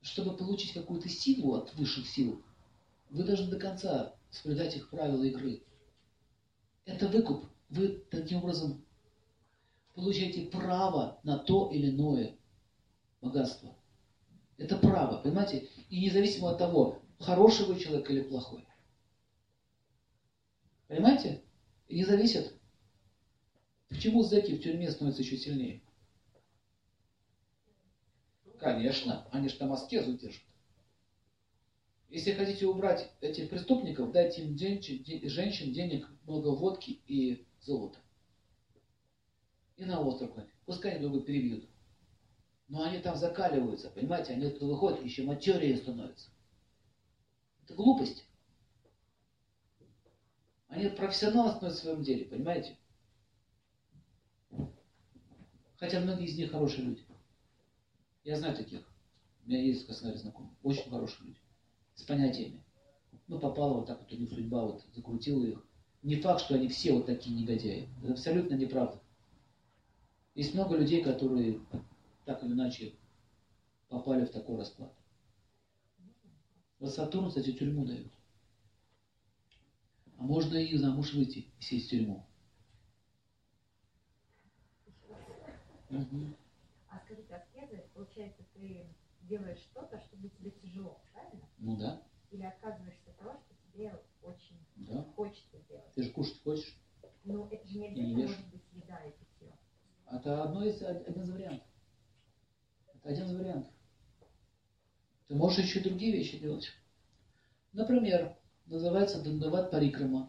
чтобы получить какую-то силу от высших сил, вы должны до конца соблюдать их правила игры. Это выкуп. Вы таким образом получаете право на то или иное богатство. Это право, понимаете? И независимо от того, хороший вы человек или плохой. Понимаете? И не зависит. Почему зэки в тюрьме становятся еще сильнее? Конечно, они же там аскезу держат. Если хотите убрать этих преступников, дайте им женщин, денег, много водки и золота. И на остров. Пускай они друг друга перебьют. Но они там закаливаются, понимаете? Они оттуда выходят, еще матерее становятся. Это глупость. Они профессионалы становятся в своем деле, понимаете? Хотя многие из них хорошие люди. Я знаю таких. У меня есть в Краснодаре знакомые. Очень хорошие люди. С понятиями. Ну, попала вот так вот у них судьба, вот закрутила их. Не факт, что они все вот такие негодяи. Это абсолютно неправда. Есть много людей, которые так или иначе попали в такой расклад. Вот Сатурн, кстати, тюрьму дает. А можно и замуж выйти и сесть в тюрьму. Угу. А скажите, аскезы, получается, ты делаешь что-то, чтобы тебе тяжело, правильно? Ну да. Или отказываешься от того, что тебе очень хочется делать? Ты же кушать хочешь? Ну, это же не обязательно может быть еда и питье. Это один из вариантов. Это один из вариантов. Ты можешь еще и другие вещи делать. Например, называется Дандават Парикрама.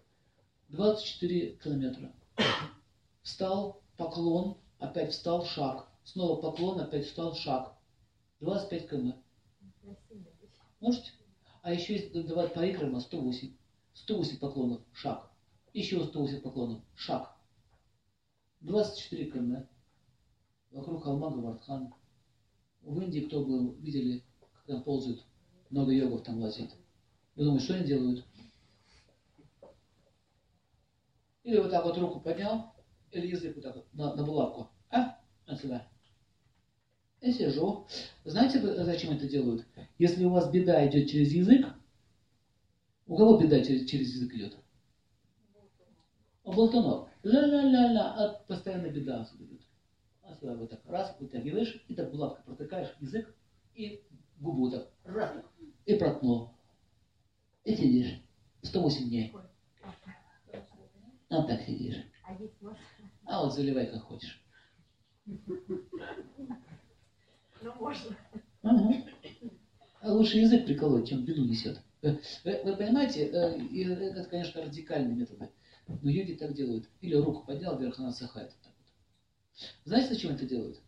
24 километра. Встал, поклон, опять встал, шаг. Снова поклон, опять встал, шаг. 25 км. Можете? А еще есть Дандават Парикрама 108. 108 поклонов, шаг. Еще 108 поклонов, шаг. 24 км. Вокруг холма Гавардхан. В Индии, кто был, видели, как там ползают, много йогов там лазит. Вы думаете, что они делают? Или вот так вот руку поднял, или язык вот так вот на булавку. Отсюда. Я сижу. Знаете, зачем это делают? Если у вас беда идет через язык, у кого беда через язык идет? У болтунов. Ла-ла-ла-ла, постоянно беда отсюда идет. Отсюда вот так раз, вытягиваешь, и так булавкой протыкаешь язык, и губу так раз, и проткнул. И сидишь 108 дней. А так сидишь. А вот заливай как хочешь. Ну, можно. Угу. А лучше язык приколоть, чем беду несет. Вы понимаете, это, конечно, радикальные методы. Но йоги так делают. Или руку поднял, вверх она отсыхает. Вот так вот. Знаете, зачем это делают?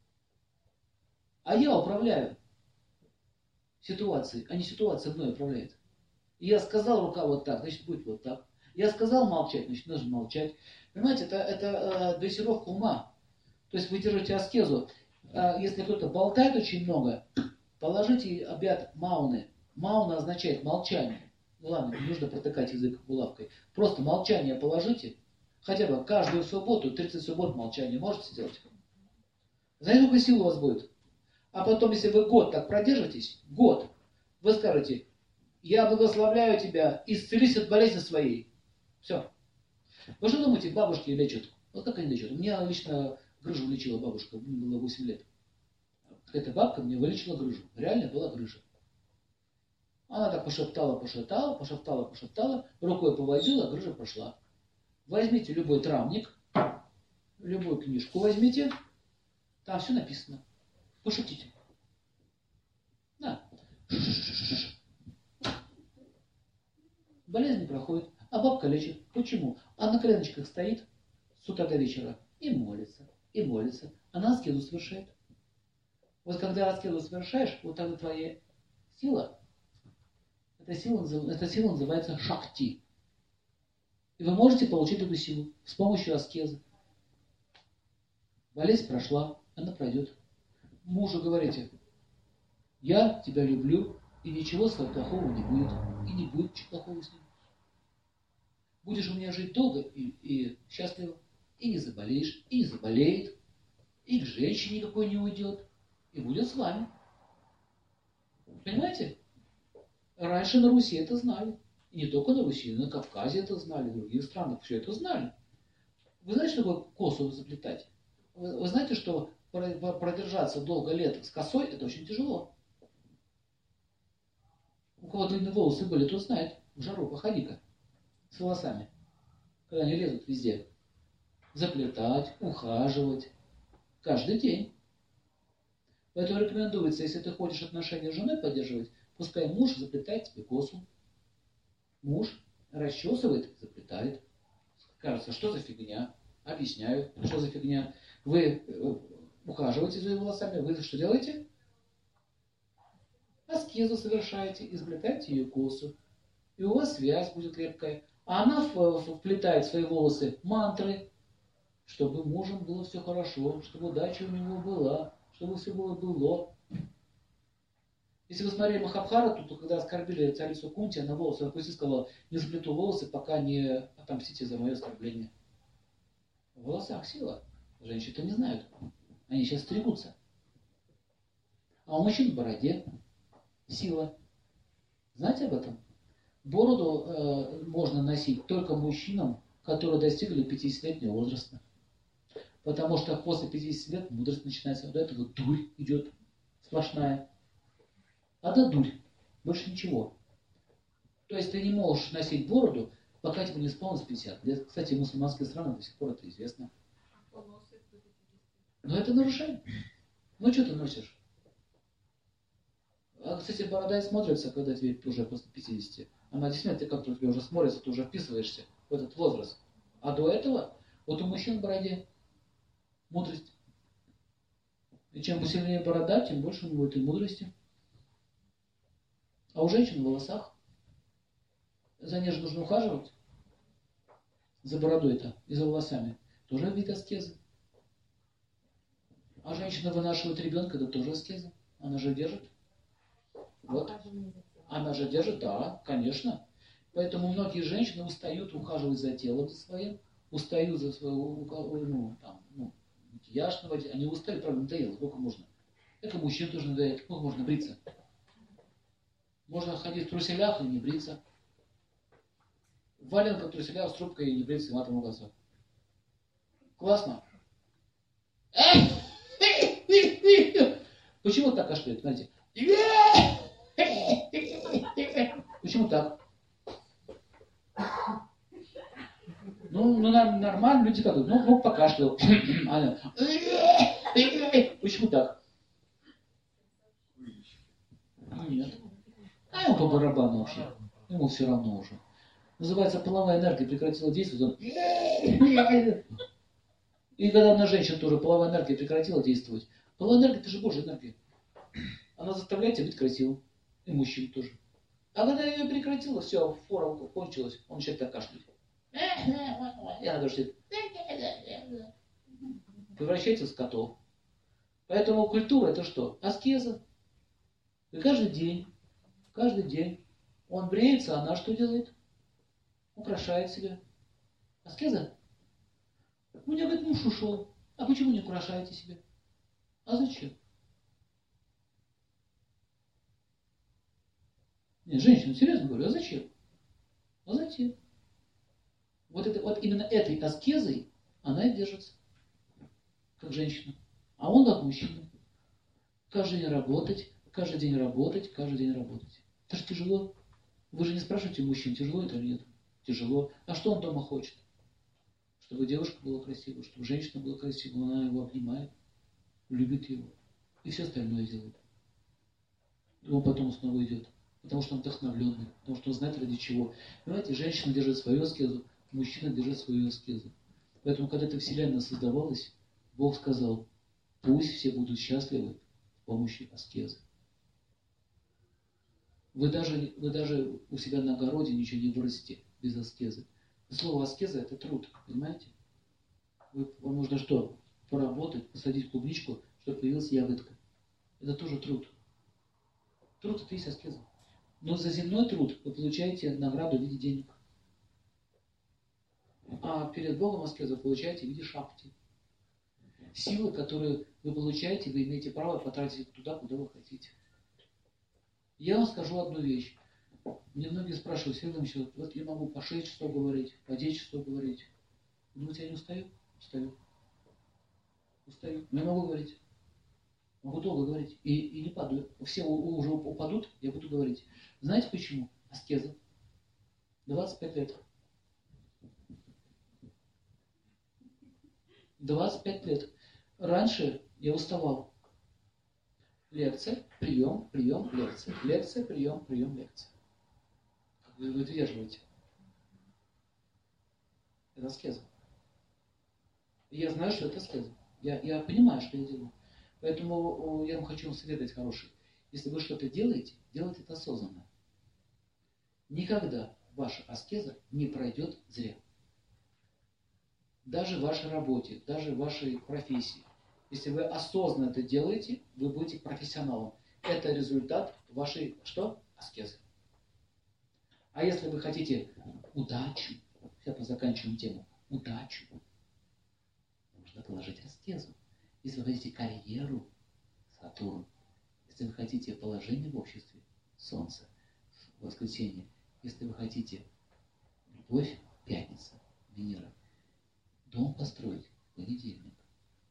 А я управляю ситуацией, а не ситуация мной управляет. Я сказал, рука вот так, значит будет вот так. Я сказал молчать, значит нужно молчать. Понимаете, это дрессировка ума. То есть вы держите аскезу. Если кто-то болтает очень много, положите обряд мауны. Мауна означает молчание. Ну ладно, не нужно протыкать язык булавкой. Просто молчание положите. Хотя бы каждую субботу, 30 суббот молчание можете сделать? Знаете, сколько сил у вас будет? А потом, если вы год так продержитесь, год, вы скажете: я благословляю тебя, исцелись от болезни своей. Все. Вы что думаете, бабушки лечат? Вот как они лечат? У меня лично грыжу лечила бабушка, мне было 8 лет. Эта бабка мне вылечила грыжу. Реально была грыжа. Она так пошептала, рукой поводила, грыжа прошла. Возьмите любой травник, любую книжку возьмите, там все написано. Пошутите. Да. Болезнь не проходит, а бабка лечит. Почему? А на коленочках стоит с утра до вечера и молится, и молится. Она аскезу совершает. Вот когда аскезу совершаешь, вот тогда твоя сила, эта сила называется шакти. И вы можете получить эту силу с помощью аскезы. Болезнь прошла, она пройдет. Мужу говорите: я тебя люблю, и ничего с тобой плохого не будет. И не будет ничего плохого с ним. Будешь у меня жить долго и счастливо, и не заболеешь, и не заболеет, и к женщине никакой не уйдет, и будет с вами. Понимаете? Раньше на Руси это знали. И не только на Руси, но и на Кавказе это знали, в других странах все это знали. Вы знаете, что такое косу заплетать? Вы знаете, что продержаться долго лет с косой, это очень тяжело. У кого длинные волосы были, тот знает. В жару походи-ка с волосами, когда они лезут везде. Заплетать, ухаживать. Каждый день. Поэтому рекомендуется, если ты хочешь отношения с женой поддерживать, пускай муж заплетает тебе косу. Муж расчесывает, заплетает. Кажется, что за фигня? Объясняю, что за фигня. Вы ухаживаете за ее волосами, вы что делаете? Аскезу совершаете, изплетаете ее косу. И у вас связь будет крепкая. А она вплетает в свои волосы мантры, чтобы мужем было все хорошо, чтобы удача у него была, чтобы все было. Если вы смотрели Махабхарату, то когда оскорбили царицу Кунти, она волосы опустила и сказала: не заплету волосы, пока не отомстите за мое оскорбление. В волосах сила. Женщины-то не знают. Они сейчас стригутся. А у мужчин в бороде сила. Знаете об этом? Бороду можно носить только мужчинам, которые достигли 50-летнего возраста. Потому что после 50 лет мудрость начинается. До этого дурь идет сплошная. А да дурь. Больше ничего. То есть ты не можешь носить бороду, пока тебе не исполнилось 50 лет. Кстати, в мусульманских странах до сих пор это известно. Но это нарушение. Ну что ты носишь? А, кстати, борода и смотрится, когда тебе уже после 50. Она действительно, ты как-то тебе уже смотрится, ты уже вписываешься в этот возраст. А до этого, вот у мужчин в бороде мудрость. И чем сильнее борода, тем больше у него этой мудрости. А у женщин в волосах. За ней же нужно ухаживать. За бородой-то и за волосами. Тоже вид аскезы. А женщина вынашивает ребенка, это тоже аскеза. Она же держит. Вот. Она же держит, да, конечно. Поэтому многие женщины устают ухаживать за телом своим, устают за своего, макияж наводить. Они устали, правда, надоело, сколько можно. Это мужчин тоже надоело, сколько можно бриться. Можно ходить в труселях и не бриться. В валенках, в труселях, с трубкой и не бриться, и матом ругаться. Классно. Почему так кашляет, знаете? Почему так? Ну, нормально, люди как думают. Ну, покашлял. Почему так? Нет. А ему по барабану вообще. Ему все равно уже. Называется, половая энергия прекратила действовать. И когда на женщин тоже половая энергия прекратила действовать. Половая энергия — это же Божья энергия. Она заставляет тебя быть красивым. И мужчин тоже. А когда ее прекратила, все, фора кончилась, он начинает так кашлять. И она говорит, превращается в скотов. Поэтому культура — это что? Аскеза. И каждый день он бреется, а она что делает? Украшает себя. Аскеза? У меня, говорит, муж ушел. А почему не украшаете себя? А зачем? Нет, женщина, серьезно говорю, а зачем? А зачем? Вот именно этой аскезой она и держится. Как женщина. А он как мужчина. Каждый день работать, каждый день работать, каждый день работать. Это же тяжело. Вы же не спрашиваете мужчин, тяжело это или нет? Тяжело. А что он дома хочет? Чтобы девушка была красивой, чтобы женщина была красивой, она его обнимает, любит его. И все остальное делает. И он потом снова идет. Потому что он вдохновленный, потому что он знает ради чего. Понимаете, женщина держит свою аскезу, мужчина держит свою аскезу. Поэтому, когда эта вселенная создавалась, Бог сказал, пусть все будут счастливы с помощью аскезы. Вы даже у себя на огороде ничего не вырастите без аскезы. Слово аскеза — это труд, понимаете? Вам нужно что? Поработать, посадить клубничку, чтобы появилась ягодка. Это тоже труд. Труд — это и есть аскеза. Но за земной труд вы получаете награду в виде денег. А перед Богом аскезу вы получаете в виде шакти. Силы, которые вы получаете, вы имеете право потратить туда, куда вы хотите. Я вам скажу одну вещь. Мне многие спрашивают, Сергей Иванович, вот я могу по 6 часов говорить, по 10 часов говорить. Думаете, я не устаю? Устаю. Устаю. Но я могу говорить. Могу долго говорить. И не падаю. Все уже упадут, я буду говорить. Знаете почему? Аскеза. 25 лет. 25 лет. Раньше я уставал. Лекция, прием, прием, лекция. Лекция, прием, прием, лекция. Вы выдерживаете. Это аскеза. И я знаю, что это аскеза. Я понимаю, что я делаю. Поэтому я вам хочу вам совет дать хороший. Если вы что-то делаете, делайте это осознанно. Никогда ваша аскеза не пройдет зря. Даже в вашей работе, даже в вашей профессии. Если вы осознанно это делаете, вы будете профессионалом. Это результат вашей, что? Аскезы. А если вы хотите удачу, сейчас мы заканчиваем тему, удачу, нужно положить аскезу. Если вы хотите карьеру, Сатурн. Если вы хотите положение в обществе, Солнце, воскресенье. Если вы хотите любовь, пятница, Венера. Дом построить, понедельник.